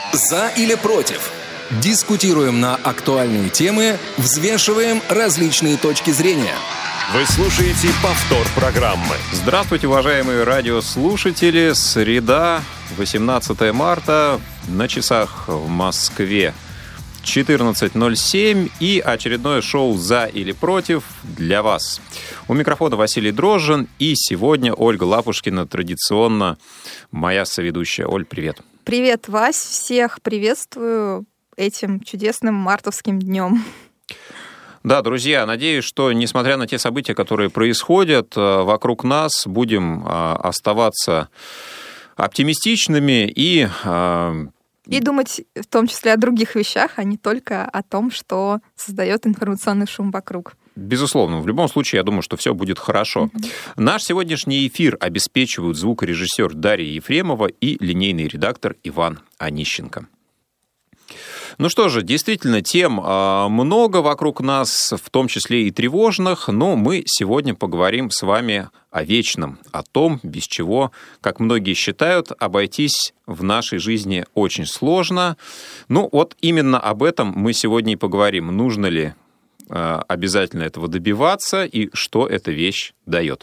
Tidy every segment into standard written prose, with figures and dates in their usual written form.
За или против? Дискутируем на актуальные темы, взвешиваем различные точки зрения. Вы слушаете повтор программы. Здравствуйте, уважаемые радиослушатели. Среда, 18 марта, на часах в Москве 14:07 и очередное шоу «За или против» для вас. У микрофона Василий Дрожжин, и сегодня Ольга Лапушкина, традиционно моя соведущая. Оль, привет. Привет, Вась, всех приветствую этим чудесным мартовским днем. Да, друзья, надеюсь, что, несмотря на те события, которые происходят вокруг нас, будем оставаться оптимистичными и думать в том числе о других вещах, а не только о том, что создает информационный шум вокруг. Безусловно. В любом случае, я думаю, что все будет хорошо. Наш сегодняшний эфир обеспечивают звукорежиссер Дарья Ефремова и линейный редактор Иван Онищенко. Ну что же, действительно, тем много вокруг нас, в том числе и тревожных, но мы сегодня поговорим с вами о вечном, о том, без чего, как многие считают, обойтись в нашей жизни очень сложно. Ну вот именно об этом мы сегодня и поговорим. Нужно ли обязательно этого добиваться и что эта вещь дает.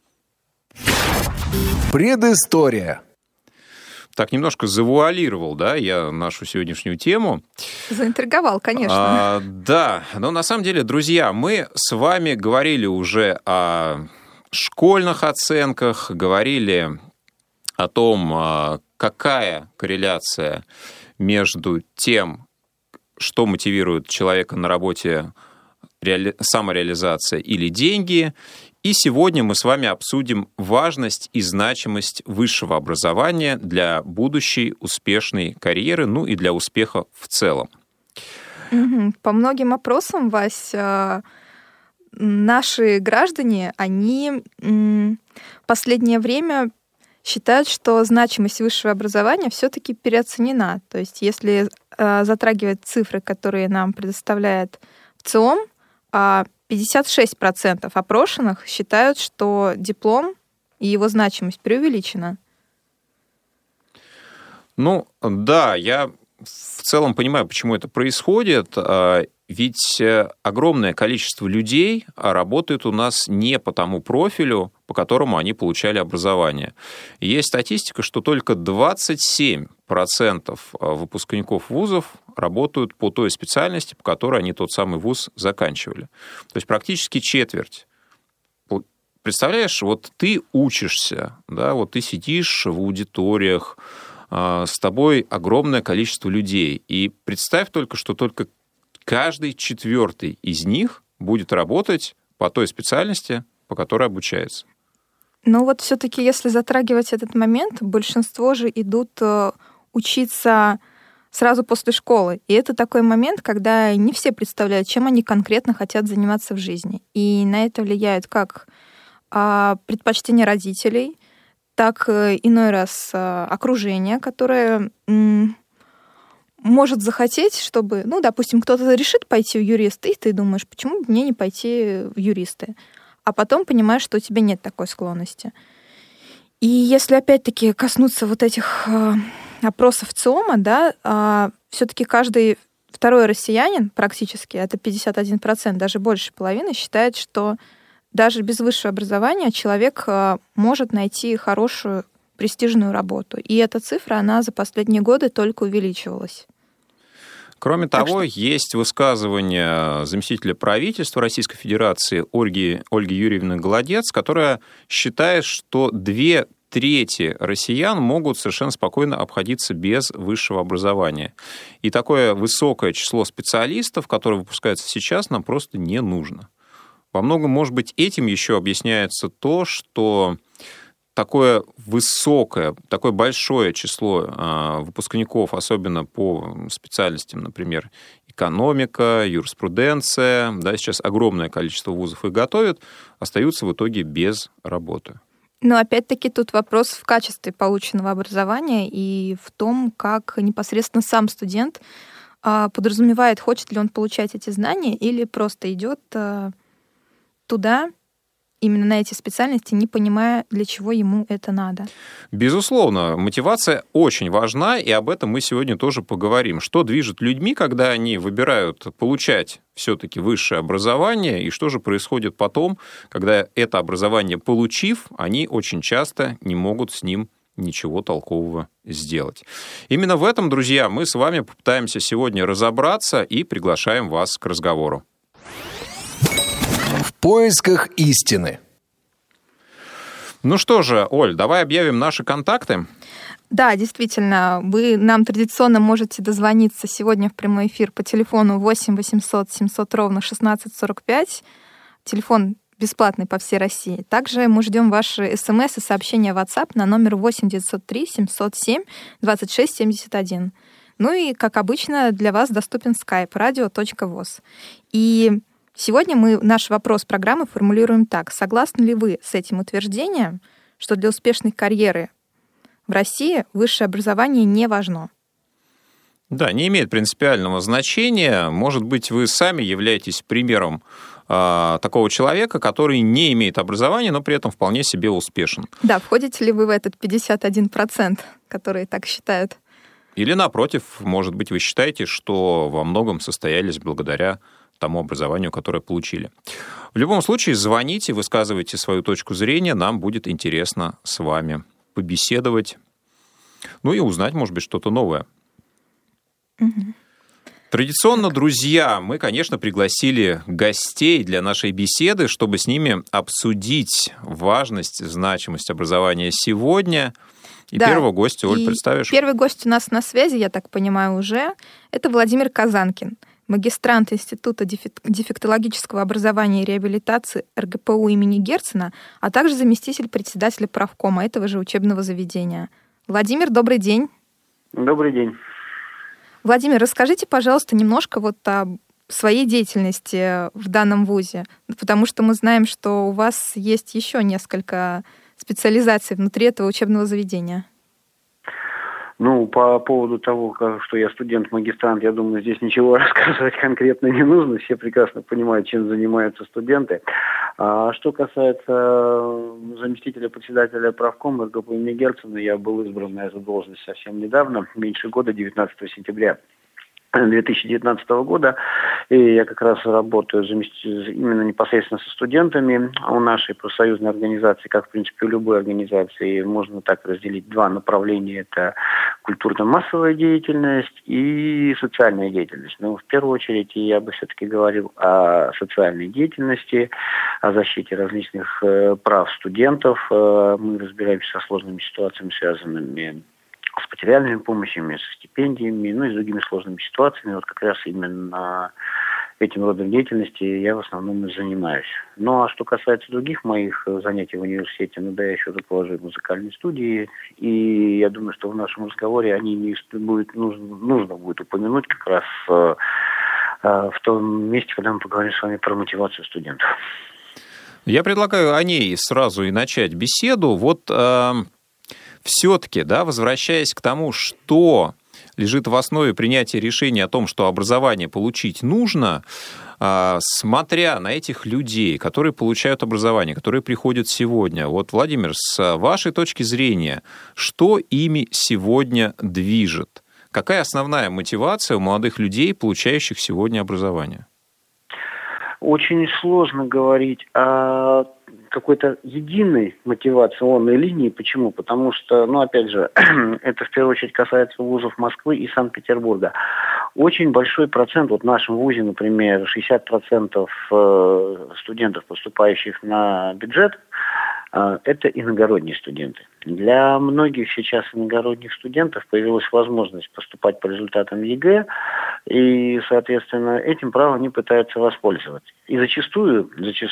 Предыстория. Так немножко завуалировал, да, я нашу сегодняшнюю тему. Заинтриговал, конечно. Да, но на самом деле, друзья, мы с вами говорили уже о школьных оценках, говорили о том, какая корреляция между тем, что мотивирует человека на работе, самореализация или деньги. И сегодня мы с вами обсудим важность и значимость высшего образования для будущей успешной карьеры, ну и для успеха в целом. По многим опросам, Вась, наши граждане, они в последнее время считают, что значимость высшего образования все-таки переоценена. То есть если затрагивать цифры, которые нам предоставляет ВЦИОМ, 56% опрошенных считают, что диплом и его значимость преувеличена. Ну, да, я в целом понимаю, почему это происходит. Ведь огромное количество людей работает у нас не по тому профилю, по которому они получали образование. Есть статистика, что только 27% выпускников вузов работают по той специальности, по которой они тот самый вуз заканчивали. То есть практически четверть. Представляешь, вот ты учишься, да, вот ты сидишь в аудиториях, с тобой огромное количество людей. И представь только, что только каждый четвертый из них будет работать по той специальности, по которой обучается. Ну вот все-таки, если затрагивать этот момент, большинство же идут учиться сразу после школы. И это такой момент, когда не все представляют, чем они конкретно хотят заниматься в жизни. И на это влияют как предпочтения родителей, так иной раз окружение, которое может захотеть, чтобы, ну, допустим, кто-то решит пойти в юристы, и ты думаешь, почему бы мне не пойти в юристы? А потом понимаешь, что у тебя нет такой склонности. И если опять-таки коснуться вот этих опросов ЦИОМа, да, все-таки каждый второй россиянин практически, это 51%, даже больше половины, считает, что даже без высшего образования человек может найти хорошую престижную работу. И эта цифра, она за последние годы только увеличивалась. Кроме того, есть высказывание заместителя правительства Российской Федерации Ольги Юрьевны Голодец, которая считает, что 2/3 россиян могут совершенно спокойно обходиться без высшего образования. И такое высокое число специалистов, которые выпускаются сейчас, нам просто не нужно. Во многом, может быть, этим еще объясняется то, что такое высокое, такое большое число выпускников, особенно по специальностям, например, экономика, юриспруденция, да, сейчас огромное количество вузов их готовят, остаются в итоге без работы. Но опять-таки тут вопрос в качестве полученного образования и в том, как непосредственно сам студент подразумевает, хочет ли он получать эти знания или просто идет туда именно на эти специальности, не понимая, для чего ему это надо. Безусловно, мотивация очень важна, и об этом мы сегодня тоже поговорим. Что движет людьми, когда они выбирают получать все-таки высшее образование, и что же происходит потом, когда это образование получив, они очень часто не могут с ним ничего толкового сделать. Именно в этом, друзья, мы с вами попытаемся сегодня разобраться и приглашаем вас к разговору. В поисках истины. Ну что же, Оль, давай объявим наши контакты. Да, действительно, вы нам традиционно можете дозвониться сегодня в прямой эфир по телефону 8 800 700 ровно 1645. Телефон бесплатный по всей России. Также мы ждем ваши смс и сообщения в WhatsApp на номер 8 903 707 26 71. Ну и, как обычно, для вас доступен skype radio.voz. И сегодня мы наш вопрос программы формулируем так. Согласны ли вы с этим утверждением, что для успешной карьеры в России высшее образование не важно? Да, не имеет принципиального значения. Может быть, вы сами являетесь примером такого человека, который не имеет образования, но при этом вполне себе успешен. Да, входите ли вы в этот 51%, которые так считают? Или, напротив, может быть, вы считаете, что во многом состоялись благодаря тому образованию, которое получили. В любом случае, звоните, высказывайте свою точку зрения, нам будет интересно с вами побеседовать, ну и узнать, может быть, что-то новое. Угу. Традиционно, друзья, мы, конечно, пригласили гостей для нашей беседы, чтобы с ними обсудить важность, значимость образования сегодня. И да, первого гостя, Оль, представишь? Первый гость у нас на связи, я так понимаю, уже. Это Владимир Казанкин, магистрант Института дефектологического образования и реабилитации РГПУ имени Герцена, а также заместитель председателя правкома этого же учебного заведения. Владимир, добрый день. Добрый день. Владимир, расскажите, пожалуйста, немножко вот о своей деятельности в данном вузе, потому что мы знаем, что у вас есть еще несколько специализаций внутри этого учебного заведения. Ну, по поводу того, что я студент-магистрант, я думаю, здесь ничего рассказывать конкретно не нужно. Все прекрасно понимают, чем занимаются студенты. А что касается заместителя председателя правкома РГПУ имени Герцена, я был избран на эту должность совсем недавно, меньше года, 19 сентября 2019 года. И я как раз работаю именно непосредственно со студентами. У нашей профсоюзной организации, как в принципе у любой организации, можно так разделить два направления. Это культурно-массовая деятельность и социальная деятельность. Но в первую очередь я бы все-таки говорил о социальной деятельности, о защите различных прав студентов. Мы разбираемся со сложными ситуациями, связанными с материальными помощями, со стипендиями, ну и с другими сложными ситуациями. Вот как раз именно этим родом деятельности я в основном и занимаюсь. Ну а что касается других моих занятий в университете, ну да, я еще руковожу музыкальной студией, и я думаю, что в нашем разговоре нужно будет упомянуть как раз в том месте, когда мы поговорим с вами про мотивацию студентов. Я предлагаю о ней сразу и начать беседу. Вот все-таки, да, возвращаясь к тому, что лежит в основе принятия решения о том, что образование получить нужно, смотря на этих людей, которые получают образование, которые приходят сегодня. Вот, Владимир, с вашей точки зрения, что ими сегодня движет? Какая основная мотивация у молодых людей, получающих сегодня образование? Очень сложно говорить о какой-то единой мотивационной линии. Почему? Потому что, опять же, это в первую очередь касается вузов Москвы и Санкт-Петербурга. Очень большой процент, вот в нашем вузе, например, 60% студентов, поступающих на бюджет, это иногородние студенты. Для многих сейчас иногородних студентов появилась возможность поступать по результатам ЕГЭ, и, соответственно, этим правом они пытаются воспользоваться. И зачастую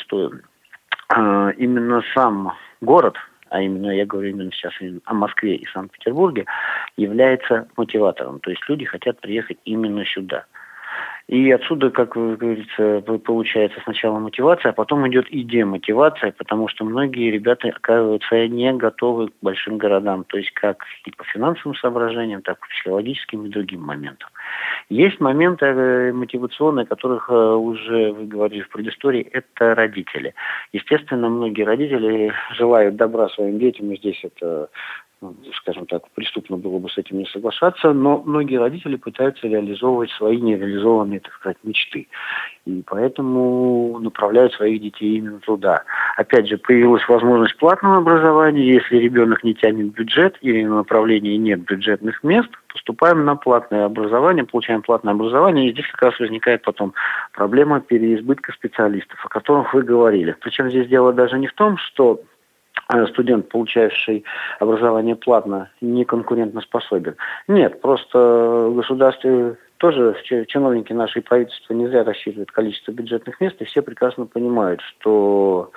именно сам город, а именно я говорю именно сейчас о Москве и Санкт-Петербурге, является мотиватором. То есть люди хотят приехать именно сюда. И отсюда, как говорится, получается сначала мотивация, а потом идет и демотивация, потому что многие ребята оказываются не готовы к большим городам, то есть как и по финансовым соображениям, так и по психологическим и другим моментам. Есть моменты мотивационные, о которых уже вы говорили в предыстории, это родители. Естественно, многие родители желают добра своим детям, и здесь это, скажем так, преступно было бы с этим не соглашаться, но многие родители пытаются реализовывать свои нереализованные, так сказать, мечты. И поэтому направляют своих детей именно туда. Опять же, появилась возможность платного образования. Если ребенок не тянет бюджет или на направлении нет бюджетных мест, поступаем на платное образование, получаем платное образование, и здесь как раз возникает потом проблема переизбытка специалистов, о которых вы говорили. Причем здесь дело даже не в том, что студент, получающий образование платно, не конкурентоспособен. Нет, просто в государстве тоже чиновники нашей правительства не зря рассчитывают количество бюджетных мест, и все прекрасно понимают, что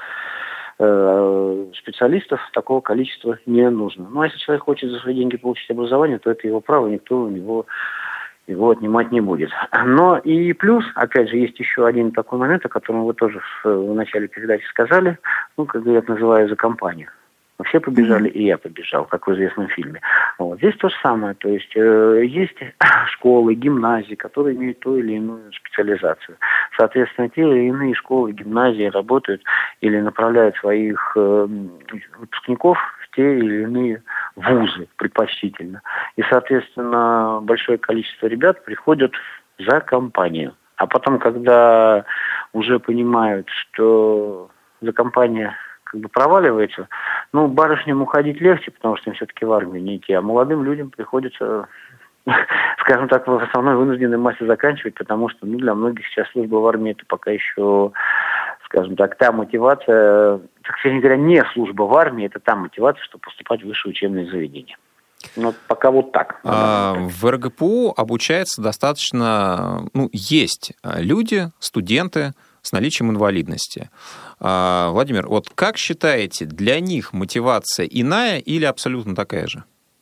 специалистов такого количества не нужно. Ну, а если человек хочет за свои деньги получить образование, то это его право, никто у него его отнимать не будет. Но и плюс, опять же, есть еще один такой момент, о котором вы тоже в начале передачи сказали, как я это называю, за компанию. Все побежали, и я побежал, как в известном фильме. Вот. Здесь то же самое. То есть есть школы, гимназии, которые имеют ту или иную специализацию. Соответственно, те или иные школы, гимназии работают или направляют своих выпускников в те или иные вузы предпочтительно. И, соответственно, большое количество ребят приходят за компанию. А потом, когда уже понимают, что за компания проваливается, барышням уходить легче, потому что им все-таки в армию не идти, а молодым людям приходится, скажем так, в основной вынужденной массе заканчивать, потому что для многих сейчас служба в армии это пока еще, скажем так, та мотивация, точнее говоря, не служба в армии, это та мотивация, чтобы поступать в высшее учебное заведение. Но пока вот так. В РГПУ обучается достаточно, есть люди, студенты с наличием инвалидности. Владимир, вот как считаете, для них мотивация иная или абсолютно такая же?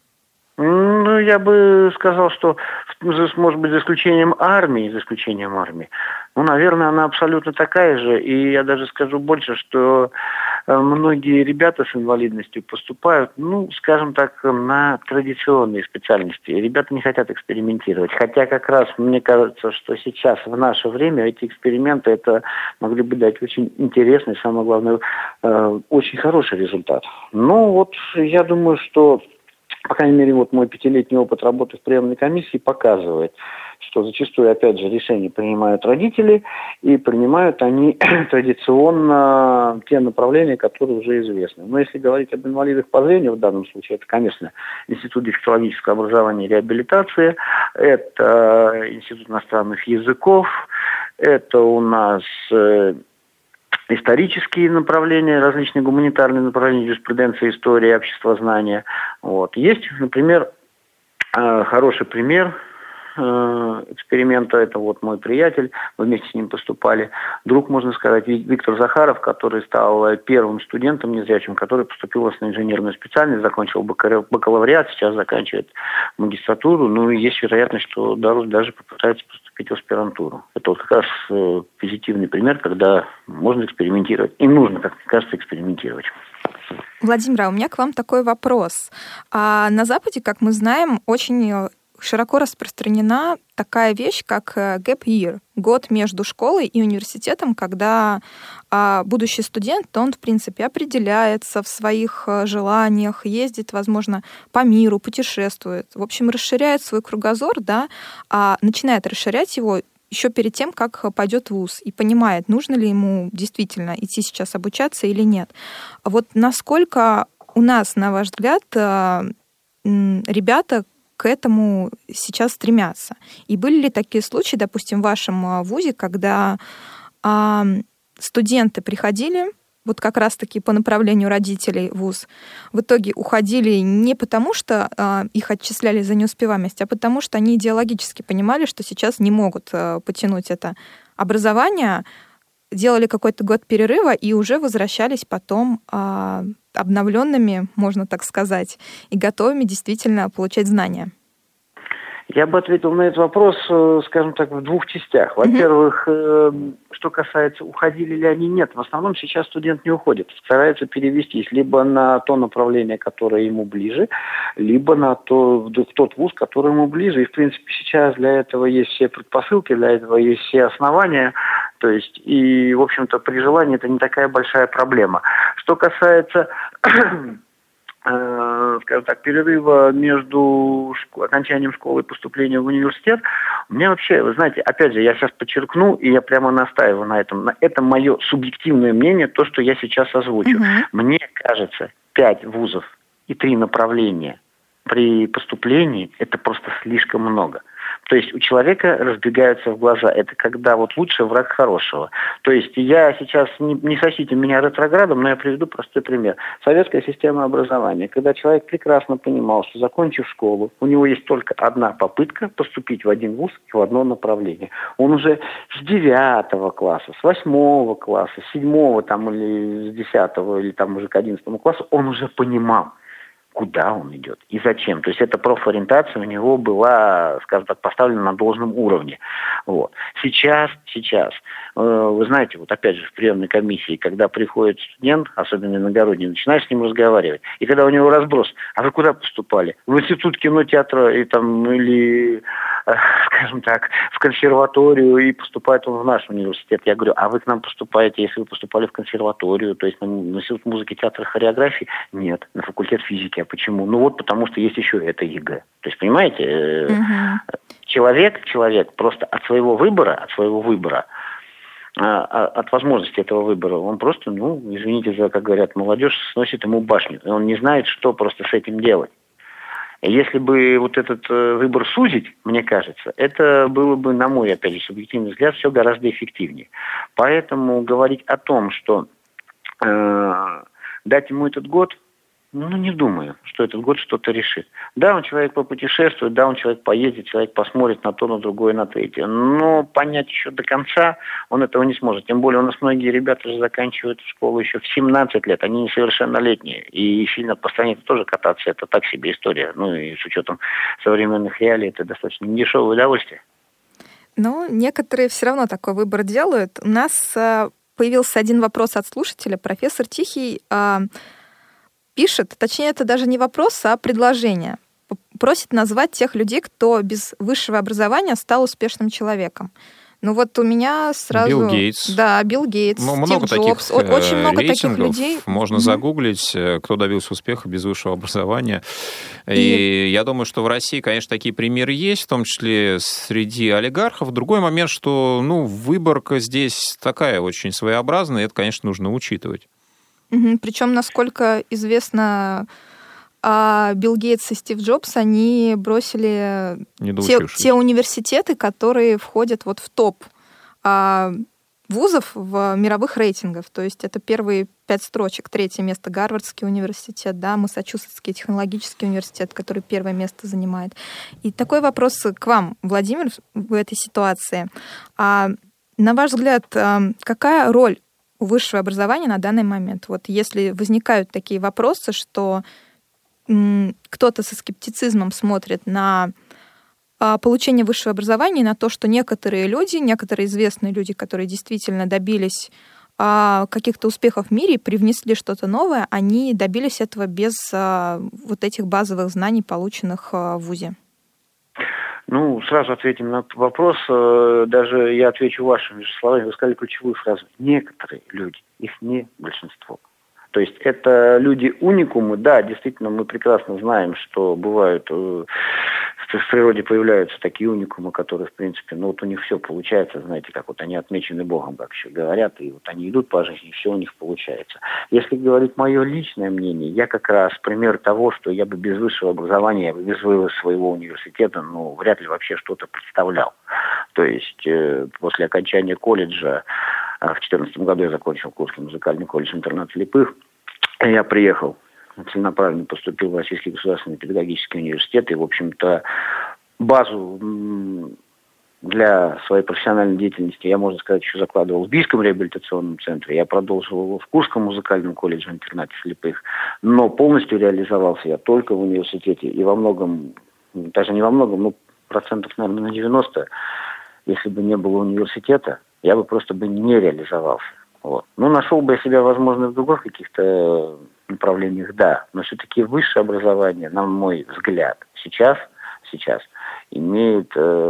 Я бы сказал, что, может быть, за исключением армии, наверное, она абсолютно такая же. И я даже скажу больше, что многие ребята с инвалидностью поступают, скажем так, на традиционные специальности. Ребята не хотят экспериментировать. Хотя как раз мне кажется, что сейчас, в наше время, эти эксперименты это могли бы дать очень интересный, самое главное, очень хороший результат. Я думаю, что по крайней мере, мой 5-летний опыт работы в приемной комиссии показывает, что зачастую, опять же, решения принимают родители, и принимают они традиционно те направления, которые уже известны. Но если говорить об инвалидах по зрению, в данном случае, это, конечно, Институт дефектологического образования и реабилитации, это Институт иностранных языков, это у нас исторические направления, различные гуманитарные направления, юриспруденция, история, обществознание. Есть, например, хороший пример эксперимента, это мой приятель, мы вместе с ним поступали, друг, можно сказать, Виктор Захаров, который стал первым студентом незрячим, который поступил на инженерную специальность, закончил бакалавриат, сейчас заканчивает магистратуру, и есть вероятность, что даже попытается поступить в аспирантуру. Это как раз позитивный пример, когда можно экспериментировать. И нужно, как мне кажется, экспериментировать. Владимир, а у меня к вам такой вопрос. На Западе, как мы знаем, очень широко распространена такая вещь, как gap year, год между школой и университетом, когда будущий студент, он, в принципе, определяется в своих желаниях, ездит, возможно, по миру, путешествует. В общем, расширяет свой кругозор, начинает расширять его еще перед тем, как пойдет в вуз, и понимает, нужно ли ему действительно идти сейчас обучаться или нет. Насколько у нас, на ваш взгляд, ребята к этому сейчас стремятся? И были ли такие случаи, допустим, в вашем вузе, когда студенты приходили, как раз-таки по направлению родителей в вуз, в итоге уходили не потому, что их отчисляли за неуспеваемость, а потому что они идеологически понимали, что сейчас не могут потянуть это образование, делали какой-то год перерыва и уже возвращались потом обновленными, можно так сказать, и готовыми действительно получать знания? Я бы ответил на этот вопрос, скажем так, в двух частях. Во-первых, что касается, уходили ли они, нет. В основном сейчас студент не уходит. Старается перевестись либо на то направление, которое ему ближе, либо в тот вуз, который ему ближе. И, в принципе, сейчас для этого есть все предпосылки, для этого есть все основания. То есть, и, в общем-то, при желании это не такая большая проблема. Что касается... скажем так, перерыва между окончанием школы и поступлением в университет, у меня вообще, вы знаете, опять же, я сейчас подчеркну, и я прямо настаиваю на этом. Это мое субъективное мнение, то, что я сейчас озвучу. Мне кажется, 5 вузов и 3 направления при поступлении – это просто слишком много. То есть у человека разбегаются в глаза. Это когда вот лучший враг хорошего. То есть я сейчас, не сочтите меня ретроградом, но я приведу простой пример. Советская система образования. Когда человек прекрасно понимал, что, закончив школу, у него есть только одна попытка поступить в один вуз и в одно направление. Он уже с 9 класса, с 8 класса, с 7 там, или с 10 или там уже к 11 классу, он уже понимал, куда он идет и зачем. То есть эта профориентация у него была, скажем так, поставлена на должном уровне. Вот. Сейчас, вы знаете, вот опять же в приемной комиссии, когда приходит студент, особенно иногородний, начинаешь с ним разговаривать, и когда у него разброс, а вы куда поступали? В институт кинотеатра и там, или, скажем так, в консерваторию, и поступает он в наш университет. Я говорю, а вы к нам поступаете, если вы поступали в консерваторию, то есть на институт музыки, театра, хореографии? Нет, на факультет физики. Почему? Ну вот потому что есть еще это ЕГЭ. То есть, понимаете, человек просто от своего выбора, от возможности этого выбора, он просто, извините за, как говорят, молодежь сносит ему башню. И он не знает, что просто с этим делать. Если бы вот этот выбор сузить, мне кажется, это было бы, на мой, опять же, субъективный взгляд, все гораздо эффективнее. Поэтому говорить о том, что дать ему этот год, не думаю, что этот год что-то решит. Да, он человек попутешествует, да, он человек поездит, человек посмотрит на то, на другое, на третье. Но понять еще до конца он этого не сможет. Тем более у нас многие ребята же заканчивают школу еще в 17 лет, они несовершеннолетние. И сильно по стране тоже кататься, это так себе история. И с учетом современных реалий, это достаточно недешевое удовольствие. Некоторые все равно такой выбор делают. У нас появился один вопрос от слушателя. Профессор Тихий пишет, точнее, это даже не вопрос, а предложение. Просит назвать тех людей, кто без высшего образования стал успешным человеком. У меня сразу... Билл Гейтс. Да, Билл Гейтс, много Стив Джобс. Очень много таких людей. Можно загуглить, кто добился успеха без высшего образования. И я думаю, что в России, конечно, такие примеры есть, в том числе среди олигархов. Другой момент, что выборка здесь такая очень своеобразная, и это, конечно, нужно учитывать. Причем, насколько известно, Билл Гейтс и Стив Джобс, они бросили те университеты, которые входят в топ вузов в мировых рейтингах. То есть это первые 5 строчек. 3-е место Гарвардский университет, Массачусетский технологический университет, который 1-е место занимает. И такой вопрос к вам, Владимир, в этой ситуации. На ваш взгляд, какая роль у высшего образования на данный момент? Если возникают такие вопросы, что кто-то со скептицизмом смотрит на получение высшего образования, на то, что некоторые известные люди, которые действительно добились каких-то успехов в мире, привнесли что-то новое, они добились этого без этих базовых знаний, полученных в вузе. Сразу ответим на этот вопрос. Даже я отвечу вашими же словами. Вы сказали ключевую фразу. Некоторые люди, их не большинство. То есть это люди-уникумы. Да, действительно, мы прекрасно знаем, что бывают, в природе появляются такие уникумы, которые, в принципе, у них все получается, знаете, как они отмечены Богом, как еще говорят, и они идут по жизни, и все у них получается. Если говорить мое личное мнение, я как раз пример того, что я бы без высшего образования, без своего университета, вряд ли вообще что-то представлял. То есть после окончания колледжа, в 2014 году я закончил Курский музыкальный колледж-интернат слепых. Я приехал, целенаправленно поступил в Российский государственный педагогический университет. И, в общем-то, базу для своей профессиональной деятельности я, можно сказать, еще закладывал в Бийском реабилитационном центре. Я продолжил его в Курском музыкальном колледже-интернате слепых. Но полностью реализовался я только в университете. И во многом, даже не во многом, наверное, на 90, если бы не было университета, я бы просто не реализовался. Вот. Ну, нашел бы я себя, возможно, в других каких-то направлениях, да. Но все-таки высшее образование, на мой взгляд, сейчас имеет,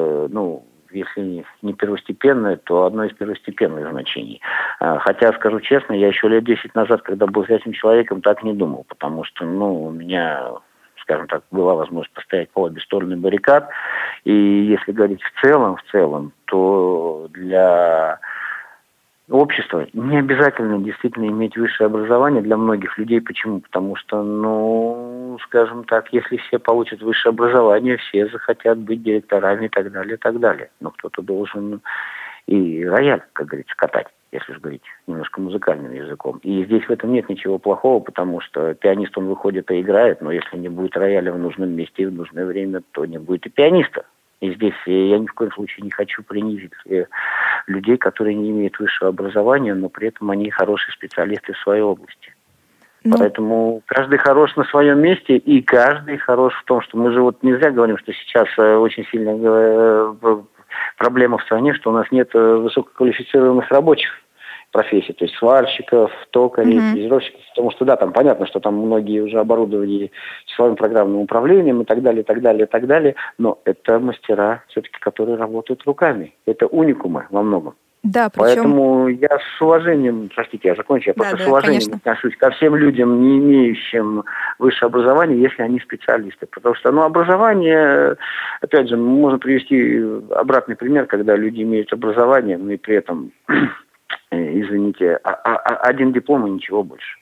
если не первостепенное, то одно из первостепенных значений. Хотя, скажу честно, я еще лет 10 назад, когда был зрячим человеком, так не думал, потому что, у меня, скажем так, была возможность постоять по обе стороны баррикад. И если говорить в целом, то для общества не обязательно действительно иметь высшее образование для многих людей. Почему? Потому что, скажем так, если все получат высшее образование, все захотят быть директорами и так далее, и так далее. Но кто-то должен и рояль, как говорится, катать, если уж говорить немножко музыкальным языком. И здесь в этом нет ничего плохого, потому что пианист, он выходит и играет, но если не будет рояля в нужном месте и в нужное время, то не будет и пианиста. И здесь я ни в коем случае не хочу принизить людей, которые не имеют высшего образования, но при этом они хорошие специалисты в своей области. Поэтому каждый хорош на своем месте, и каждый хорош в том, что мы же не зря говорим, что сейчас очень сильная проблема в стране, что у нас нет высококвалифицированных рабочих профессий, то есть сварщиков, токарей, фрезеровщиков, потому что, да, там понятно, что там многие уже оборудованы числовым программным управлением и так далее, но это мастера, все-таки, которые работают руками. Это уникумы во многом. Да, причем... Поэтому я с уважением, простите, я закончу, просто с уважением отношусь ко всем людям, не имеющим высшее образование, если они специалисты. Потому что, образование, опять же, можно привести обратный пример, когда люди имеют образование, но и при этом, извините, один диплом и ничего больше.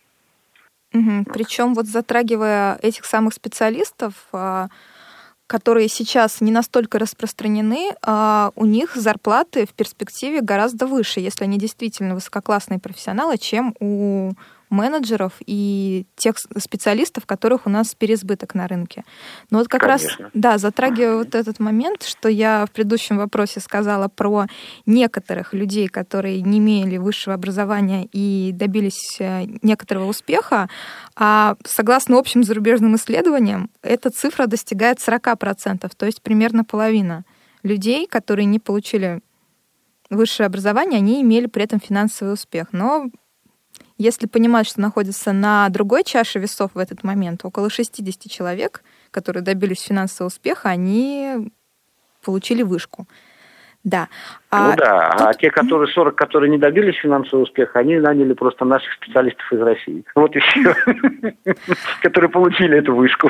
Причем затрагивая этих самых специалистов, которые сейчас не настолько распространены, у них зарплаты в перспективе гораздо выше, если они действительно высококлассные профессионалы, чем у менеджеров и тех специалистов, которых у нас переизбыток на рынке. Но как Конечно. раз, да, затрагивая этот момент, что я в предыдущем вопросе сказала про некоторых людей, которые не имели высшего образования и добились некоторого успеха, а согласно общим зарубежным исследованиям, эта цифра достигает 40%, то есть примерно половина людей, которые не получили высшее образование, они имели при этом финансовый успех. Но если понимать, что находится на другой чаше весов в этот момент, около 60 человек, которые добились финансового успеха, они получили вышку. Да. А те, 40, которые не добились финансового успеха, они наняли просто наших специалистов из России. Вот и все. Которые получили эту вышку.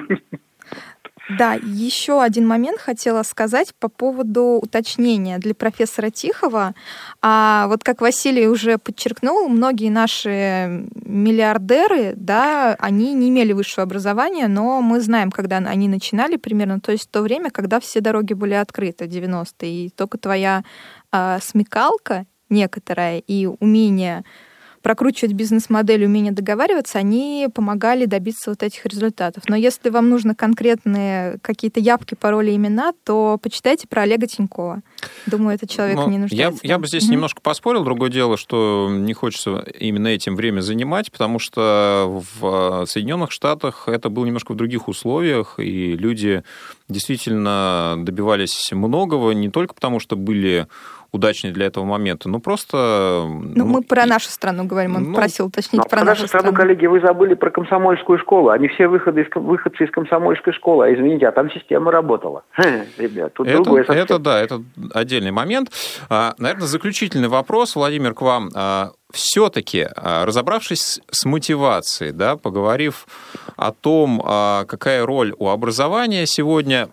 Да, еще один момент хотела сказать по поводу уточнения для профессора Тихова. Как Василий уже подчеркнул, многие наши миллиардеры, да, они не имели высшего образования, но мы знаем, когда они начинали примерно, то есть в то время, когда все дороги были открыты, 90-е, и только твоя смекалка некоторая и умение прокручивать бизнес-модель, умение договариваться, они помогали добиться этих результатов. Но если вам нужны конкретные какие-то явки, пароли, имена, то почитайте про Олега Тинькова. Думаю, этот человек не нуждается. Я бы здесь немножко поспорил. Другое дело, что не хочется именно этим время занимать, потому что в Соединенных Штатах это было немножко в других условиях, и люди действительно добивались многого, не только потому, что были удачный для этого момента, но просто... мы про нашу страну говорим, он просил уточнить про нашу страну. Коллеги, вы забыли про комсомольскую школу. Они все выходцы из комсомольской школы. Извините, а там система работала. Ребят, тут другое совсем. Это отдельный момент. Наверное, заключительный вопрос, Владимир, к вам. Все-таки, разобравшись с мотивацией, да, поговорив о том, какая роль у образования сегодня,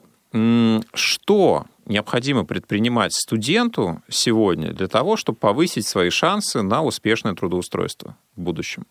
что необходимо предпринимать студенту сегодня для того, чтобы повысить свои шансы на успешное трудоустройство в будущем?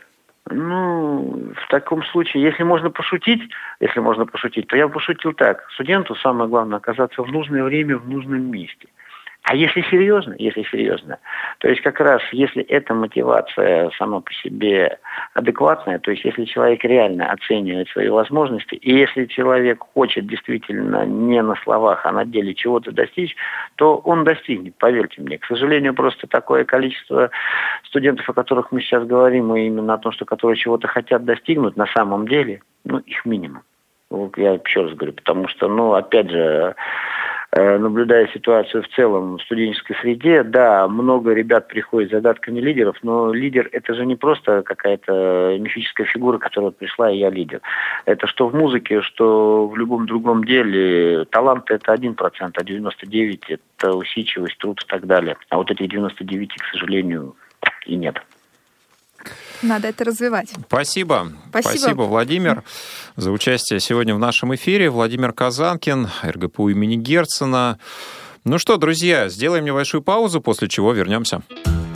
В таком случае, если можно пошутить, то я бы пошутил так. Студенту самое главное оказаться в нужное время, в нужном месте. А если серьезно, то есть как раз, если эта мотивация сама по себе адекватная, то есть если человек реально оценивает свои возможности, и если человек хочет действительно не на словах, а на деле чего-то достичь, то он достигнет, поверьте мне. К сожалению, просто такое количество студентов, о которых мы сейчас говорим, и именно о том, что которые чего-то хотят достигнуть, на самом деле, их минимум. Я еще раз говорю, потому что, опять же, наблюдая ситуацию в целом в студенческой среде, да, много ребят приходит с задатками лидеров, но лидер – это же не просто какая-то мифическая фигура, которая пришла, и я лидер. Это что в музыке, что в любом другом деле. Талант – это 1%, а 99% – это усидчивость, труд и так далее. А вот этих 99, к сожалению, и нет. Надо это развивать. Спасибо. Спасибо, Владимир, за участие сегодня в нашем эфире. Владимир Казанкин, РГПУ имени Герцена. Ну что, друзья, сделаем небольшую паузу, после чего вернемся.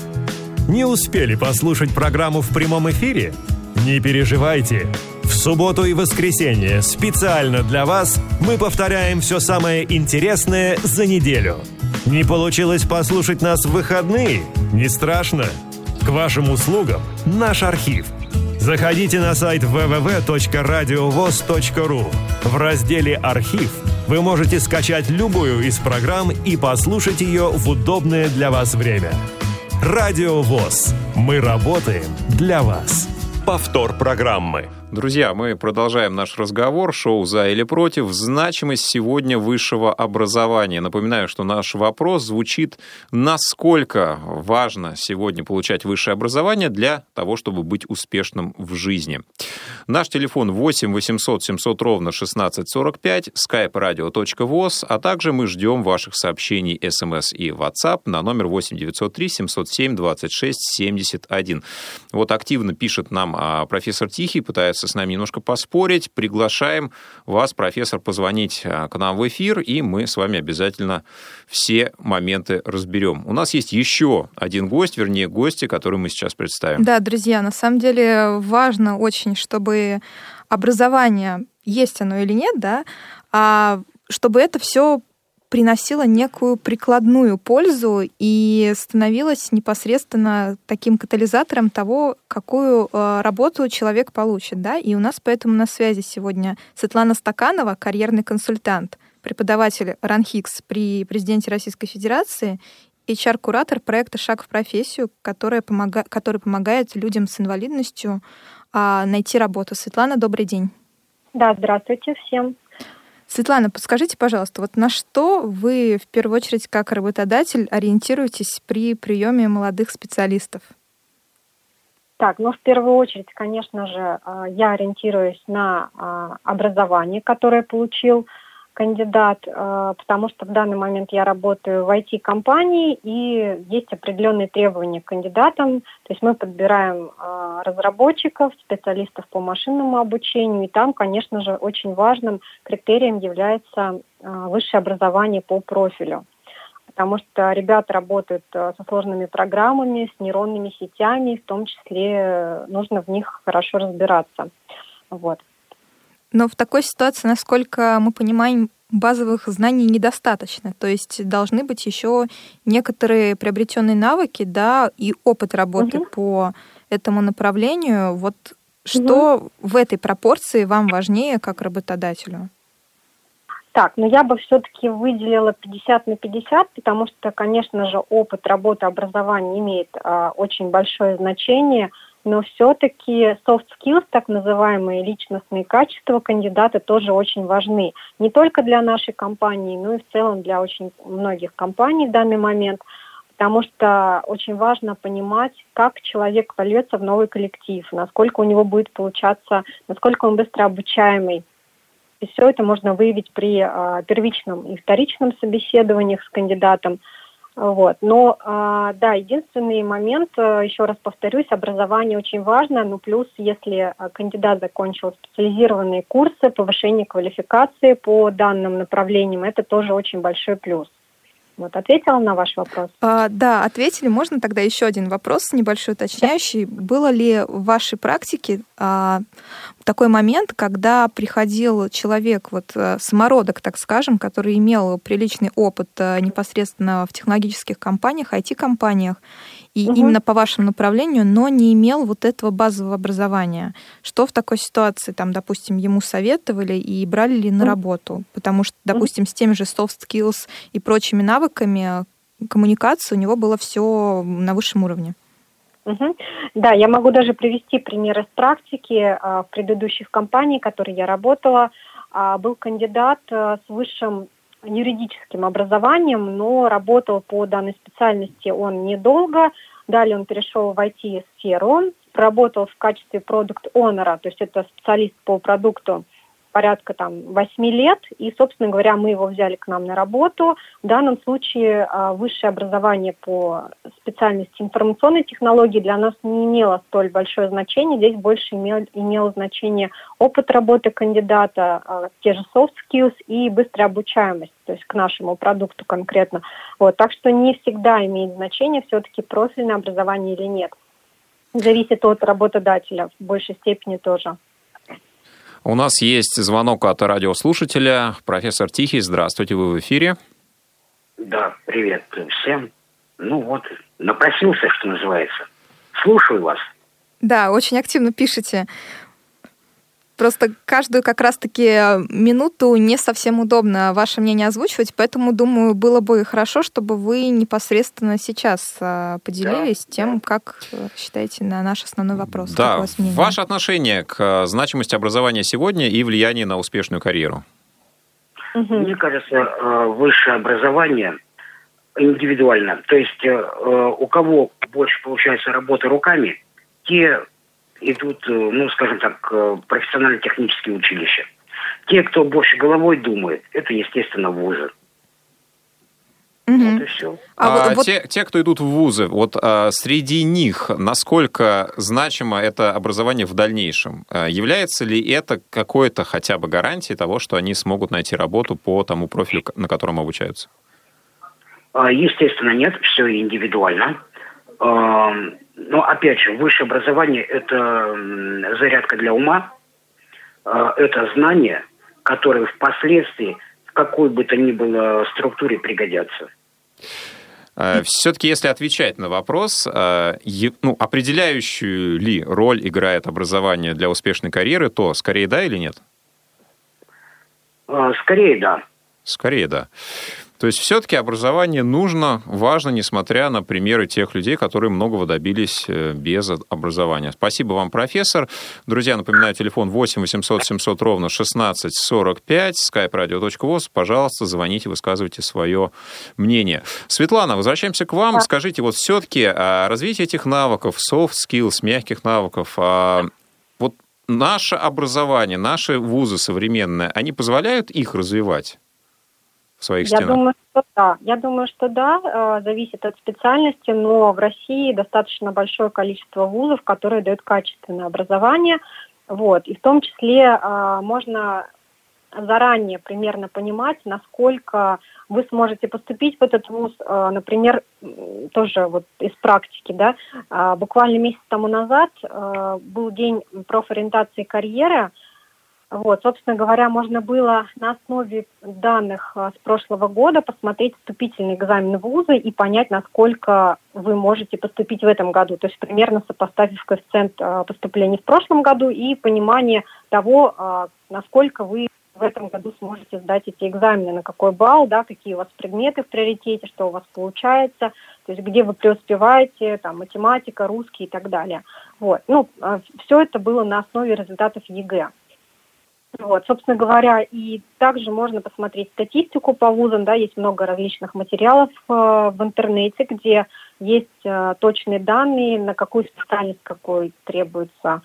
Не успели послушать программу в прямом эфире? Не переживайте. В субботу и воскресенье специально для вас мы повторяем все самое интересное за неделю. Не получилось послушать нас в выходные? Не страшно. К вашим услугам наш архив. Заходите на сайт www.radiovoz.ru. В разделе «Архив» вы можете скачать любую из программ и послушать ее в удобное для вас время. Радио ВОС. Мы работаем для вас. Повтор программы. Друзья, мы продолжаем наш разговор. Шоу «За или против». Значимость сегодня высшего образования. Напоминаю, что наш вопрос звучит: насколько важно сегодня получать высшее образование для того, чтобы быть успешным в жизни. Наш телефон 8 800 700 ровно 1645, skype radio.voz, а также мы ждем ваших сообщений СМС и WhatsApp на номер 8 903 707 26 71. Вот активно пишет нам профессор Тихий, пытается с нами немножко поспорить. Приглашаем вас, профессор, позвонить к нам в эфир, и мы с вами обязательно все моменты разберем. У нас есть еще один гость, вернее, гости, который мы сейчас представим. Да, друзья, на самом деле важно очень, чтобы образование, есть оно или нет, да, а чтобы это все приносила некую прикладную пользу и становилась непосредственно таким катализатором того, какую работу человек получит. Да? И у нас поэтому на связи сегодня Светлана Стаканова, карьерный консультант, преподаватель РАНХИКС при президенте Российской Федерации, HR-куратор проекта «Шаг в профессию», который помогает людям с инвалидностью найти работу. Светлана, добрый день. Да, здравствуйте всем. Светлана, подскажите, пожалуйста, вот на что вы в первую очередь как работодатель ориентируетесь при приеме молодых специалистов? Так, в первую очередь, конечно же, я ориентируюсь на образование, которое получил кандидат, потому что в данный момент я работаю в IT-компании, и есть определенные требования к кандидатам. То есть мы подбираем разработчиков, специалистов по машинному обучению, и там, конечно же, очень важным критерием является высшее образование по профилю. Потому что ребята работают со сложными программами, с нейронными сетями, в том числе нужно в них хорошо разбираться. Вот. Но в такой ситуации, насколько мы понимаем, базовых знаний недостаточно. То есть должны быть еще некоторые приобретенные навыки, да, и опыт работы по этому направлению. Вот что в этой пропорции вам важнее как работодателю? Так, я бы все-таки выделила 50 на 50, потому что, конечно же, опыт работы, образования имеет очень большое значение, но все-таки soft skills, так называемые личностные качества кандидата, тоже очень важны. Не только для нашей компании, но и в целом для очень многих компаний в данный момент, потому что очень важно понимать, как человек вольется в новый коллектив, насколько у него будет получаться, насколько он быстро обучаемый. И все это можно выявить при первичном и вторичном собеседованиях с кандидатом. Вот. Но, да, единственный момент, еще раз повторюсь, образование очень важно, но плюс, если кандидат закончил специализированные курсы, повышение квалификации по данным направлениям, это тоже очень большой плюс. Вот, ответила на ваш вопрос? Да, ответили. Можно тогда еще один вопрос небольшой, уточняющий. Было ли в вашей практике такой момент, когда приходил человек, самородок, так скажем, который имел приличный опыт непосредственно в технологических компаниях, IT-компаниях, и именно по вашему направлению, но не имел этого базового образования? Что в такой ситуации, допустим, ему советовали и брали ли на работу? Потому что, допустим, с теми же soft skills и прочими навыками коммуникации у него было все на высшем уровне. Да, я могу даже привести пример из практики. В предыдущих компаниях, в которой я работала, был кандидат с высшим юридическим образованием, но работал по данной специальности он недолго. Далее он перешел в IT-сферу, работал в качестве продукт-онера, то есть это специалист по продукту порядка 8 лет, и, собственно говоря, мы его взяли к нам на работу. В данном случае высшее образование по специальности информационной технологии для нас не имело столь большое значение, здесь больше имело значение опыт работы кандидата, те же soft skills и быстрая обучаемость, то есть к нашему продукту конкретно. Так что не всегда имеет значение все-таки профильное образование или нет. Зависит от работодателя в большей степени тоже. У нас есть звонок от радиослушателя. Профессор Тихий, здравствуйте, вы в эфире. Да, привет всем. Напросился, что называется. Слушаю вас. Да, очень активно пишете. Просто каждую как раз-таки минуту не совсем удобно ваше мнение озвучивать, поэтому, думаю, было бы хорошо, чтобы вы непосредственно сейчас поделились тем, как считаете на наш основной вопрос. Да, ваше отношение к значимости образования сегодня и влияние на успешную карьеру. Мне кажется, высшее образование индивидуально. То есть у кого больше получается работы руками, те идут, скажем так, профессионально-технические училища. Те, кто больше головой думает, это, естественно, вузы. Вот и все. Те, кто идут в вузы, среди них насколько значимо это образование в дальнейшем? Является ли это какой-то хотя бы гарантией того, что они смогут найти работу по тому профилю, на котором обучаются? Естественно, нет, все индивидуально. Но, опять же, высшее образование – это зарядка для ума, это знания, которые впоследствии в какой бы то ни было структуре пригодятся. Все-таки, если отвечать на вопрос, определяющую ли роль играет образование для успешной карьеры, то скорее да или нет? Скорее да. Скорее да. То есть все-таки образование нужно, важно, несмотря на примеры тех людей, которые многого добились без образования. Спасибо вам, профессор. Друзья, напоминаю, телефон 8 800 700 ровно 16 45, skype-radio.voz. Пожалуйста, звоните, высказывайте свое мнение. Светлана, возвращаемся к вам. Скажите, все-таки развитие этих навыков, soft skills, мягких навыков, наше образование, наши вузы современные, они позволяют их развивать? В своих стенах? Я думаю, что да, зависит от специальности, но в России достаточно большое количество вузов, которые дают качественное образование, и в том числе можно заранее примерно понимать, насколько вы сможете поступить в этот вуз, например, тоже из практики, буквально месяц тому назад был день профориентации карьеры. Собственно говоря, можно было на основе данных с прошлого года посмотреть вступительный экзамен в вузы и понять, насколько вы можете поступить в этом году. То есть примерно сопоставив коэффициент поступления в прошлом году и понимание того, насколько вы в этом году сможете сдать эти экзамены, на какой балл, какие у вас предметы в приоритете, что у вас получается, то есть где вы преуспеваете, математика, русский и так далее. Все это было на основе результатов ЕГЭ. Собственно говоря, и также можно посмотреть статистику по вузам, есть много различных материалов в интернете, где есть точные данные, на какую специальность какой требуется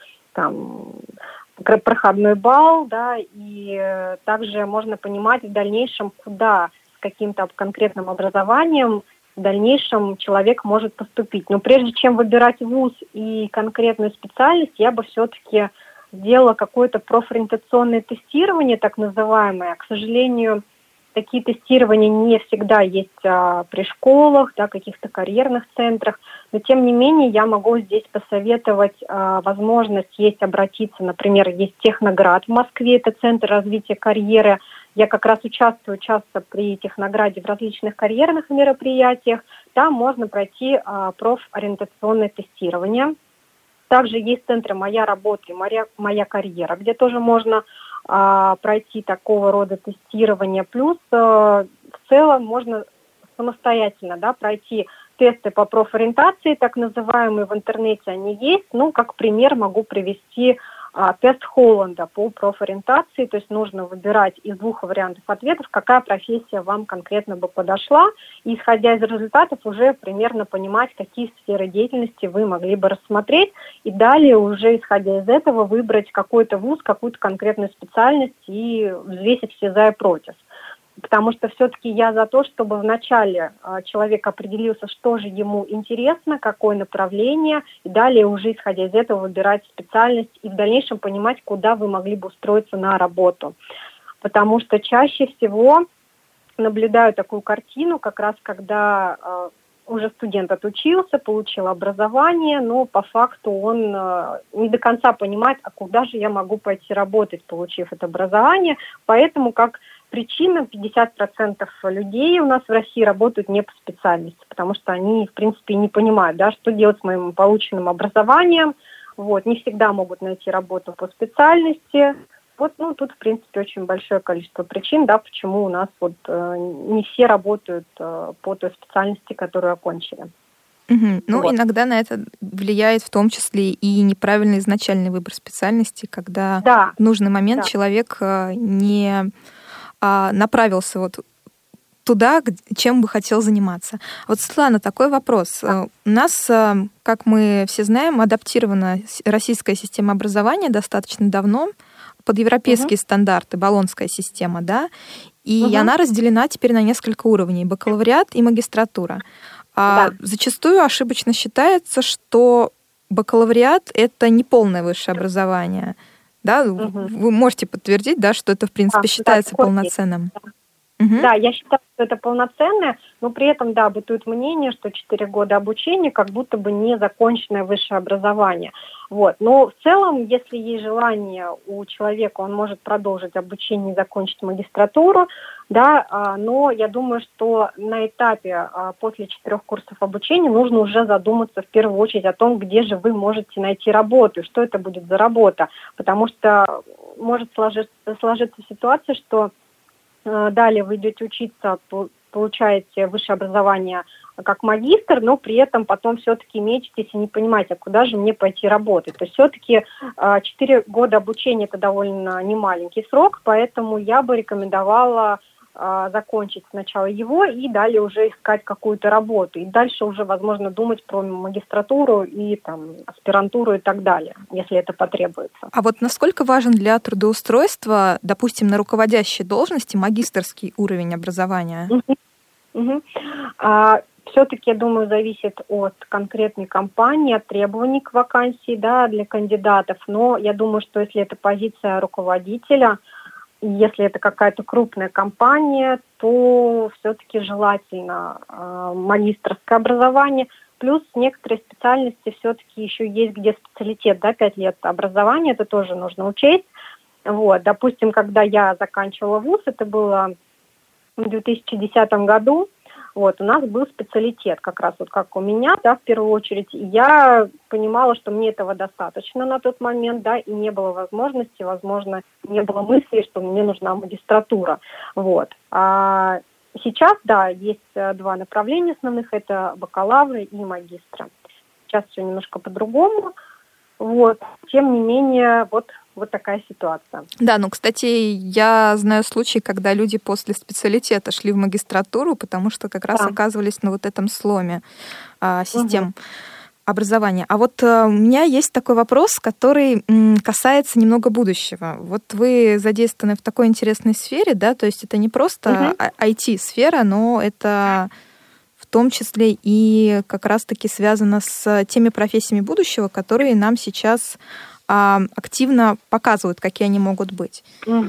проходной балл, и также можно понимать в дальнейшем, куда с каким-то конкретным образованием в дальнейшем человек может поступить. Но прежде чем выбирать вуз и конкретную специальность, я бы все-таки сделала какое-то профориентационное тестирование, так называемое. К сожалению, такие тестирования не всегда есть при школах, каких-то карьерных центрах, но тем не менее я могу здесь посоветовать возможность обратиться, например, есть Техноград в Москве, это Центр развития карьеры. Я как раз участвую часто при Технограде в различных карьерных мероприятиях. Там можно пройти профориентационное тестирование. Также есть центры «Моя работа» и «Моя карьера», где тоже можно пройти такого рода тестирование. Плюс в целом можно самостоятельно пройти тесты по профориентации, так называемые, в интернете они есть. Как пример могу привести тест Холланда по профориентации, то есть нужно выбирать из 2 вариантов ответов, какая профессия вам конкретно бы подошла, и исходя из результатов уже примерно понимать, какие сферы деятельности вы могли бы рассмотреть, и далее уже исходя из этого выбрать какой-то вуз, какую-то конкретную специальность и взвесить все за и против. Потому что все-таки я за то, чтобы вначале человек определился, что же ему интересно, какое направление, и далее уже исходя из этого выбирать специальность и в дальнейшем понимать, куда вы могли бы устроиться на работу. Потому что чаще всего наблюдаю такую картину, как раз когда уже студент отучился, получил образование, но по факту он не до конца понимает, а куда же я могу пойти работать, получив это образование. Поэтому как причина 50% людей у нас в России работают не по специальности, потому что они, в принципе, не понимают, да, что делать с моим полученным образованием. Вот, не всегда могут найти работу по специальности. Вот, тут, в принципе, очень большое количество причин, да, почему у нас не все работают по той специальности, которую окончили. Иногда на это влияет в том числе и неправильный изначальный выбор специальности, когда в нужный момент человек не направился туда, чем бы хотел заниматься. Вот, Светлана, такой вопрос. У нас, как мы все знаем, адаптирована российская система образования достаточно давно под европейские стандарты, болонская система, да, и она разделена теперь на несколько уровней, бакалавриат и магистратура. Зачастую ошибочно считается, что бакалавриат — это не полное высшее образование. Да? Вы можете подтвердить, да, что это, в принципе, считается полноценным? Да, я считаю, что это полноценное, но при этом, да, бытует мнение, что 4 года обучения как будто бы незаконченное высшее образование. Вот. Но в целом, если есть желание у человека, он может продолжить обучение и закончить магистратуру, да, но я думаю, что на этапе после 4 курсов обучения нужно уже задуматься в первую очередь о том, где же вы можете найти работу, что это будет за работа, потому что может сложиться ситуация, что далее вы идете учиться, получаете высшее образование как магистр, но при этом потом все-таки мечтаете и не понимаете, а куда же мне пойти работать. То есть все-таки 4 года обучения – это довольно немаленький срок, поэтому я бы рекомендовала закончить сначала его и далее уже искать какую-то работу. И дальше уже, возможно, думать про магистратуру и аспирантуру и так далее, если это потребуется. А вот насколько важен для трудоустройства, допустим, на руководящей должности магистерский уровень образования? Все-таки, я думаю, зависит от конкретной компании, от требований к вакансии, да, для кандидатов. Но я думаю, что если это позиция руководителя, если это какая-то крупная компания, то все-таки желательно магистерское образование. Плюс некоторые специальности все-таки еще есть, где специалитет, да, 5 лет образования, это тоже нужно учесть. Вот, допустим, когда я заканчивала вуз, это было в 2010 году, вот, у нас был специалитет, как раз как у меня, да, в первую очередь. И я понимала, что мне этого достаточно на тот момент, да, и не было возможности, возможно, не было мысли, что мне нужна магистратура. Вот. А сейчас, да, есть 2 направления основных, это бакалавры и магистры. Сейчас все немножко по-другому. Вот. Тем не менее, вот такая ситуация. Да, кстати, я знаю случаи, когда люди после специалитета шли в магистратуру, потому что как раз оказывались на вот этом сломе систем образования. А вот у меня есть такой вопрос, который касается немного будущего. Вот вы задействованы в такой интересной сфере, да, то есть это не просто IT-сфера, но это в том числе и как раз-таки связано с теми профессиями будущего, которые нам сейчас активно показывают, какие они могут быть.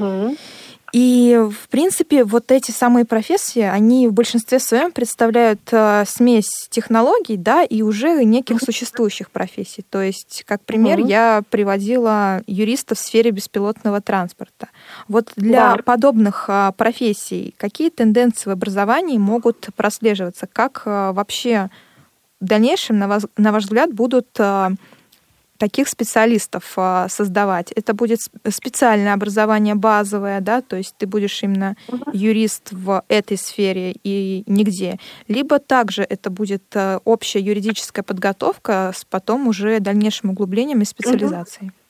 И, в принципе, вот эти самые профессии, они в большинстве своем представляют смесь технологий, да, и уже неких существующих профессий. То есть, как пример, я приводила юриста в сфере беспилотного транспорта. Вот для подобных профессий какие тенденции в образовании могут прослеживаться? Как вообще в дальнейшем, на ваш взгляд, будут таких специалистов создавать? Это будет специальное образование базовое, да, то есть ты будешь именно юрист в этой сфере и нигде. Либо также это будет общая юридическая подготовка с потом уже дальнейшим углублением и специализацией.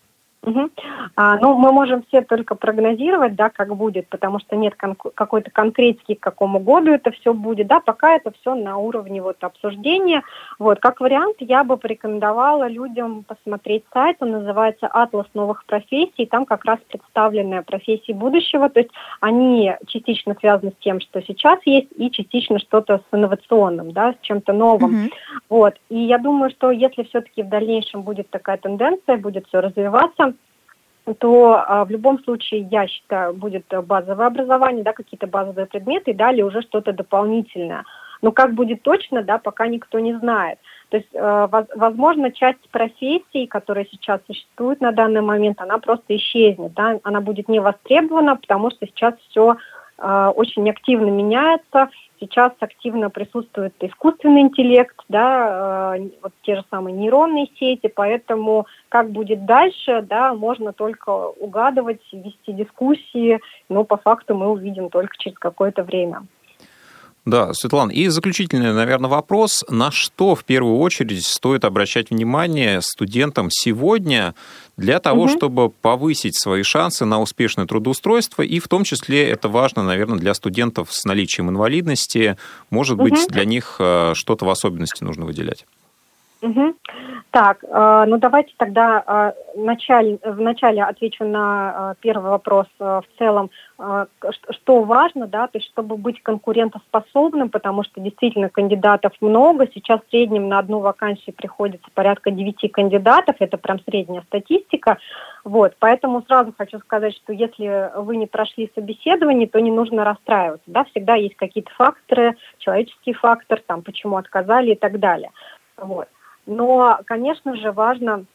Ну, мы можем все только прогнозировать, да, как будет, потому что нет какой-то конкретики, к какому году это все будет, да, пока это все на уровне вот обсуждения. Вот, как вариант, я бы порекомендовала людям посмотреть сайт, он называется «Атлас новых профессий», там как раз представлены профессии будущего, то есть они частично связаны с тем, что сейчас есть, и частично что-то с инновационным, да, с чем-то новым. Вот, и я думаю, что если все-таки в дальнейшем будет такая тенденция, будет все развиваться, то в любом случае, я считаю, будет базовое образование, да, какие-то базовые предметы, и далее уже что-то дополнительное. Но как будет точно, да, пока никто не знает. То есть, возможно, часть профессий, которые сейчас существуют на данный момент, она просто исчезнет, да, она будет не востребована, потому что сейчас все очень активно меняется. Сейчас активно присутствует искусственный интеллект, да, вот те же самые нейронные сети, поэтому как будет дальше, да, можно только угадывать, вести дискуссии, но по факту мы увидим только через какое-то время. Да, Светлана, и заключительный, наверное, вопрос. На что в первую очередь стоит обращать внимание студентам сегодня для того, чтобы повысить свои шансы на успешное трудоустройство? И в том числе это важно, наверное, для студентов с наличием инвалидности. Может быть, для них что-то в особенности нужно выделять? Так, ну давайте тогда вначале отвечу на первый вопрос в целом, что важно, да, то есть чтобы быть конкурентоспособным, потому что действительно кандидатов много, сейчас в среднем на одну вакансию приходится порядка 9 кандидатов, это прям средняя статистика, вот, поэтому сразу хочу сказать, что если вы не прошли собеседование, то не нужно расстраиваться, да, всегда есть какие-то факторы, человеческий фактор, там, почему отказали и так далее, вот. Но, конечно же, важно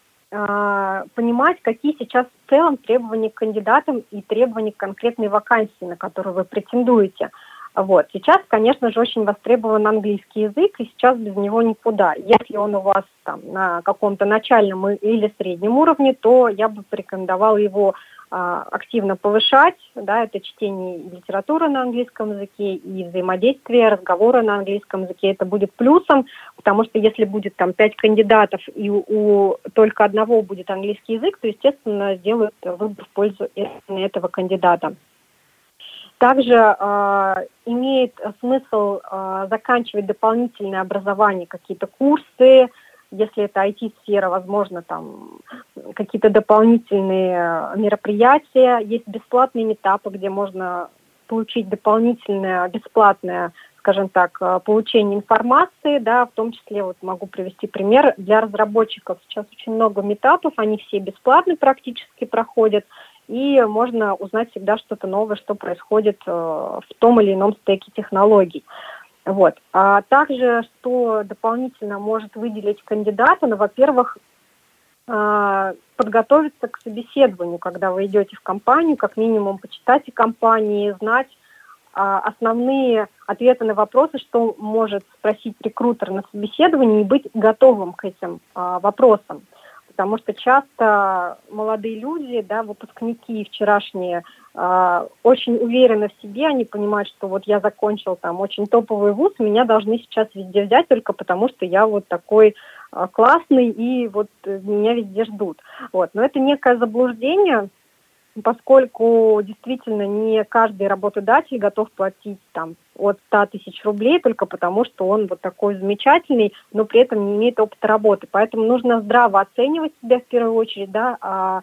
понимать, какие сейчас в целом требования к кандидатам и требования к конкретной вакансии, на которую вы претендуете. Вот. Сейчас, конечно же, очень востребован английский язык, и сейчас без него никуда. Если он у вас там на каком-то начальном или среднем уровне, то я бы порекомендовала его активно повышать, да, это чтение и литературы на английском языке, и взаимодействие, разговоры на английском языке, это будет плюсом, потому что если будет там 5 кандидатов, и у только одного будет английский язык, то, естественно, сделают выбор в пользу этого кандидата. Также имеет смысл заканчивать дополнительное образование, какие-то курсы. Если это IT-сфера, возможно, там какие-то дополнительные мероприятия. Есть бесплатные митапы, где можно получить дополнительное, бесплатное, скажем так, получение информации, да, в том числе, вот могу привести пример, для разработчиков сейчас очень много митапов, они все бесплатно практически проходят, и можно узнать всегда что-то новое, что происходит в том или ином стеке технологий. Вот. А также, что дополнительно может выделить кандидата, ну, во-первых, подготовиться к собеседованию, когда вы идете в компанию, как минимум почитать о компании, знать основные ответы на вопросы, что может спросить рекрутер на собеседовании, и быть готовым к этим вопросам. Потому что часто молодые люди, да, выпускники вчерашние, очень уверены в себе, они понимают, что вот я закончил там очень топовый вуз, меня должны сейчас везде взять только потому, что я вот такой классный, и вот меня везде ждут. Вот. Но это некое заблуждение, поскольку действительно не каждый работодатель готов платить там от 100 тысяч рублей только потому, что он вот такой замечательный, но при этом не имеет опыта работы. Поэтому нужно здраво оценивать себя в первую очередь, да,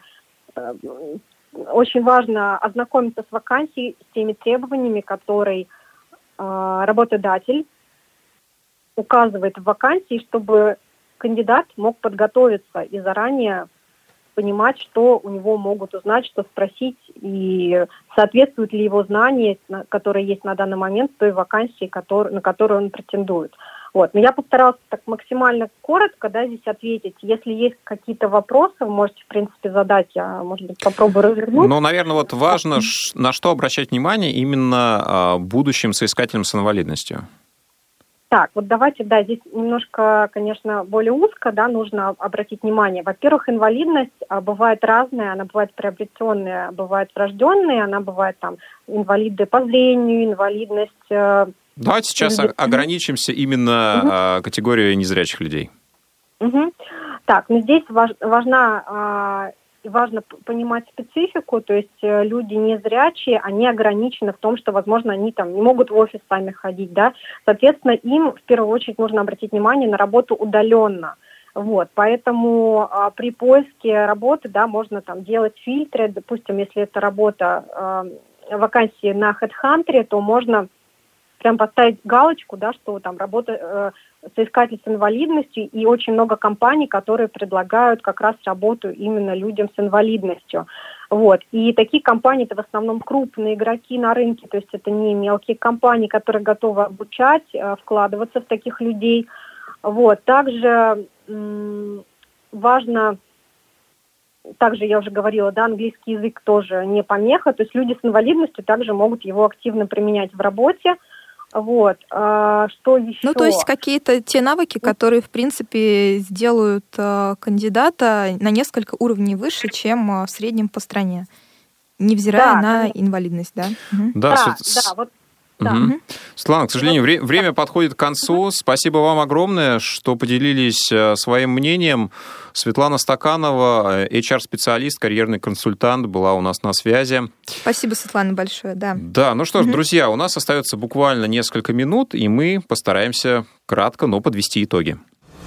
очень важно ознакомиться с вакансией, с теми требованиями, которые работодатель указывает в вакансии, чтобы кандидат мог подготовиться и заранее понимать, что у него могут узнать, что спросить, и соответствуют ли его знания, которые есть на данный момент, той вакансии, на которую он претендует. Вот. Но я постаралась так максимально коротко, да, здесь ответить. Если есть какие-то вопросы, вы можете, в принципе, задать, я, может быть, попробую развернуть. Ну, наверное, вот важно, на что обращать внимание именно будущим соискателям с инвалидностью. Так, вот давайте, да, здесь немножко, конечно, более узко, да, нужно обратить внимание. Во-первых, инвалидность бывает разная, она бывает приобретенная, бывает врожденная, она бывает там инвалиды по зрению, инвалидность... Давайте сейчас ограничимся именно категорией незрячих людей. Так, но здесь важна важно понимать специфику, то есть люди незрячие, они ограничены в том, что, возможно, они там не могут в офис сами ходить, да, соответственно, им в первую очередь нужно обратить внимание на работу удаленно. Вот, поэтому при поиске работы, да, можно там делать фильтры, допустим, если это работа, вакансии на HeadHunter, то можно прям поставить галочку, да, что там работа соискатель с инвалидностью, и очень много компаний, которые предлагают как раз работу именно людям с инвалидностью. Вот. И такие компании, это в основном крупные игроки на рынке, то есть это не мелкие компании, которые готовы обучать, вкладываться в таких людей. Вот. Также важно, также я уже говорила, да, английский язык тоже не помеха, то есть люди с инвалидностью также могут его активно применять в работе. Вот. Что еще? Ну, то есть какие-то те навыки, которые, в принципе, сделают кандидата на несколько уровней выше, чем в среднем по стране, невзирая на инвалидность, да? Да, вот. Да. Светлана, к сожалению, время подходит к концу. Спасибо вам огромное, что поделились своим мнением. Светлана Стаканова, HR-специалист, карьерный консультант, была у нас на связи. Спасибо, Светлана, большое, да. Да, ну что ж, друзья, у нас остается буквально несколько минут, и мы постараемся кратко, но подвести итоги.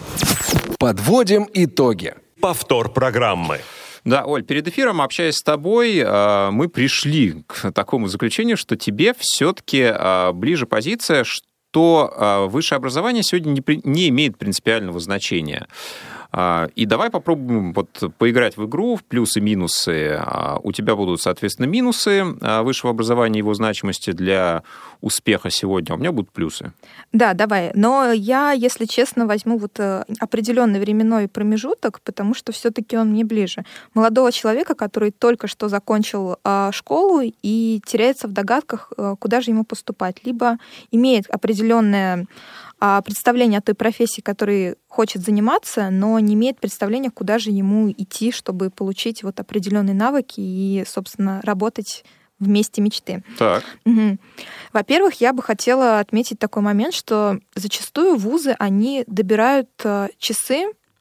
Подводим итоги. Повтор программы. Да, Оль, перед эфиром, общаясь с тобой, мы пришли к такому заключению, что тебе все-таки ближе позиция, что высшее образование сегодня не имеет принципиального значения. И давай попробуем поиграть в игру в плюсы-минусы. У тебя будут, соответственно, минусы высшего образования, его значимости для успеха сегодня, а у меня будут плюсы. Да, давай. Но я, если честно, возьму определенный временной промежуток, потому что все-таки он мне ближе. Молодого человека, который только что закончил школу и теряется в догадках, куда же ему поступать. Либо имеет определенное представление о той профессии, которой хочет заниматься, но не имеет представления, куда же ему идти, чтобы получить определенные навыки и, собственно, работать в месте мечты. Так. Во-первых, я бы хотела отметить такой момент, что зачастую вузы, они добирают часы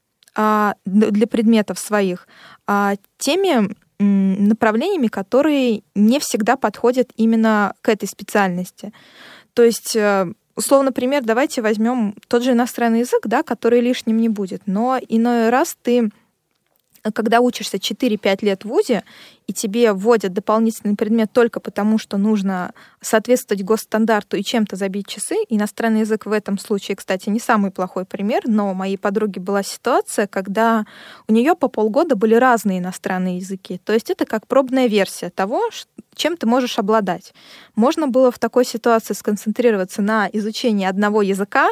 для предметов своих теми направлениями, которые не всегда подходят именно к этой специальности. То есть, условно, например, давайте возьмем тот же иностранный язык, да, который лишним не будет, но иной раз ты, когда учишься 4-5 лет в вузе, и тебе вводят дополнительный предмет только потому, что нужно соответствовать госстандарту и чем-то забить часы. Иностранный язык в этом случае, кстати, не самый плохой пример, но у моей подруги была ситуация, когда у нее по полгода были разные иностранные языки. То есть это как пробная версия того, чем ты можешь обладать. Можно было в такой ситуации сконцентрироваться на изучении одного языка,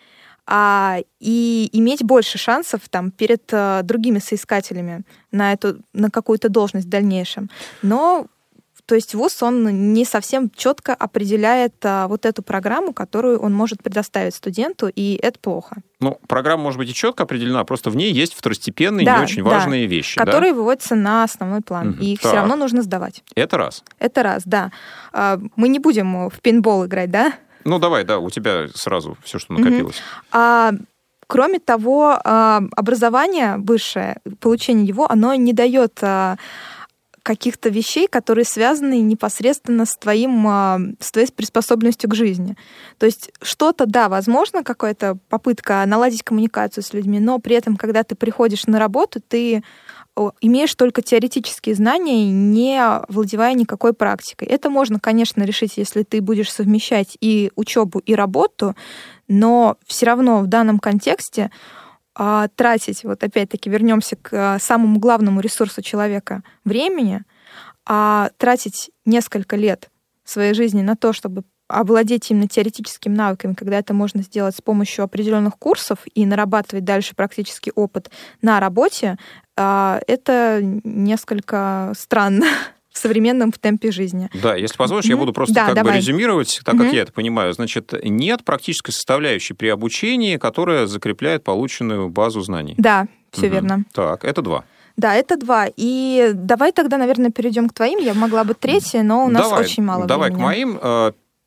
и иметь больше шансов перед другими соискателями на какую-то должность в дальнейшем. Но, то есть вуз, он не совсем четко определяет эту программу, которую он может предоставить студенту, и это плохо. Ну, программа может быть и четко определена, просто в ней есть второстепенные, не очень важные вещи. Которые выводятся на основной план, и их все равно нужно сдавать. Это раз. Это раз, да. Мы не будем в пейнтбол играть, да? Ну, давай, да, у тебя сразу все, что накопилось. Кроме того, образование высшее, получение его, оно не дает каких-то вещей, которые связаны непосредственно с твоей приспособленностью к жизни. То есть что-то, да, возможно, какая-то попытка наладить коммуникацию с людьми, но при этом, когда ты приходишь на работу, ты имеешь только теоретические знания, не владевая никакой практикой. Это можно, конечно, решить, если ты будешь совмещать и учебу, и работу, но все равно в данном контексте тратить, опять-таки вернемся к самому главному ресурсу человека — времени, тратить несколько лет своей жизни на то, чтобы овладеть именно теоретическими навыками, когда это можно сделать с помощью определенных курсов и нарабатывать дальше практический опыт на работе, это несколько странно в современном темпе жизни. Да, если позволишь, я буду просто резюмировать, так как я это понимаю. Значит, нет практической составляющей при обучении, которая закрепляет полученную базу знаний. Да, все верно. Так, это 2. Да, это 2. И давай тогда, наверное, перейдем к твоим. Я могла бы 3, но у нас очень мало времени. Давай к моим.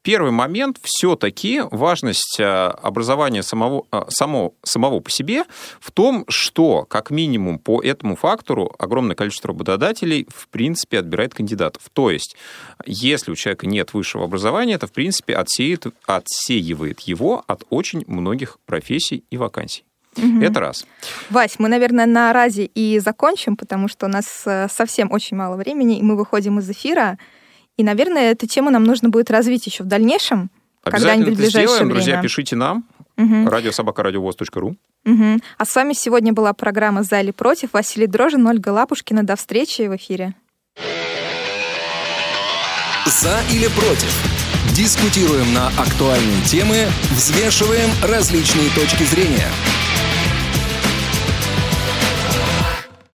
первый момент все-таки важность образования самого по себе в том, что как минимум по этому фактору огромное количество работодателей в принципе отбирает кандидатов. То есть, если у человека нет высшего образования, это в принципе отсеивает его от очень многих профессий и вакансий. Угу. Это раз. Вась, мы, наверное, на разе и закончим, потому что у нас совсем очень мало времени, и мы выходим из эфира. И, наверное, эту тему нам нужно будет развить еще в дальнейшем, когда-нибудь в ближайшее сделаем, время. Друзья, пишите нам. Радиособака.радиовоз.ру. Угу. А с вами сегодня была программа «За или против». Василий Дрожжин, Ольга Лапушкина. До встречи в эфире. «За или против». Дискутируем на актуальные темы, взвешиваем различные точки зрения.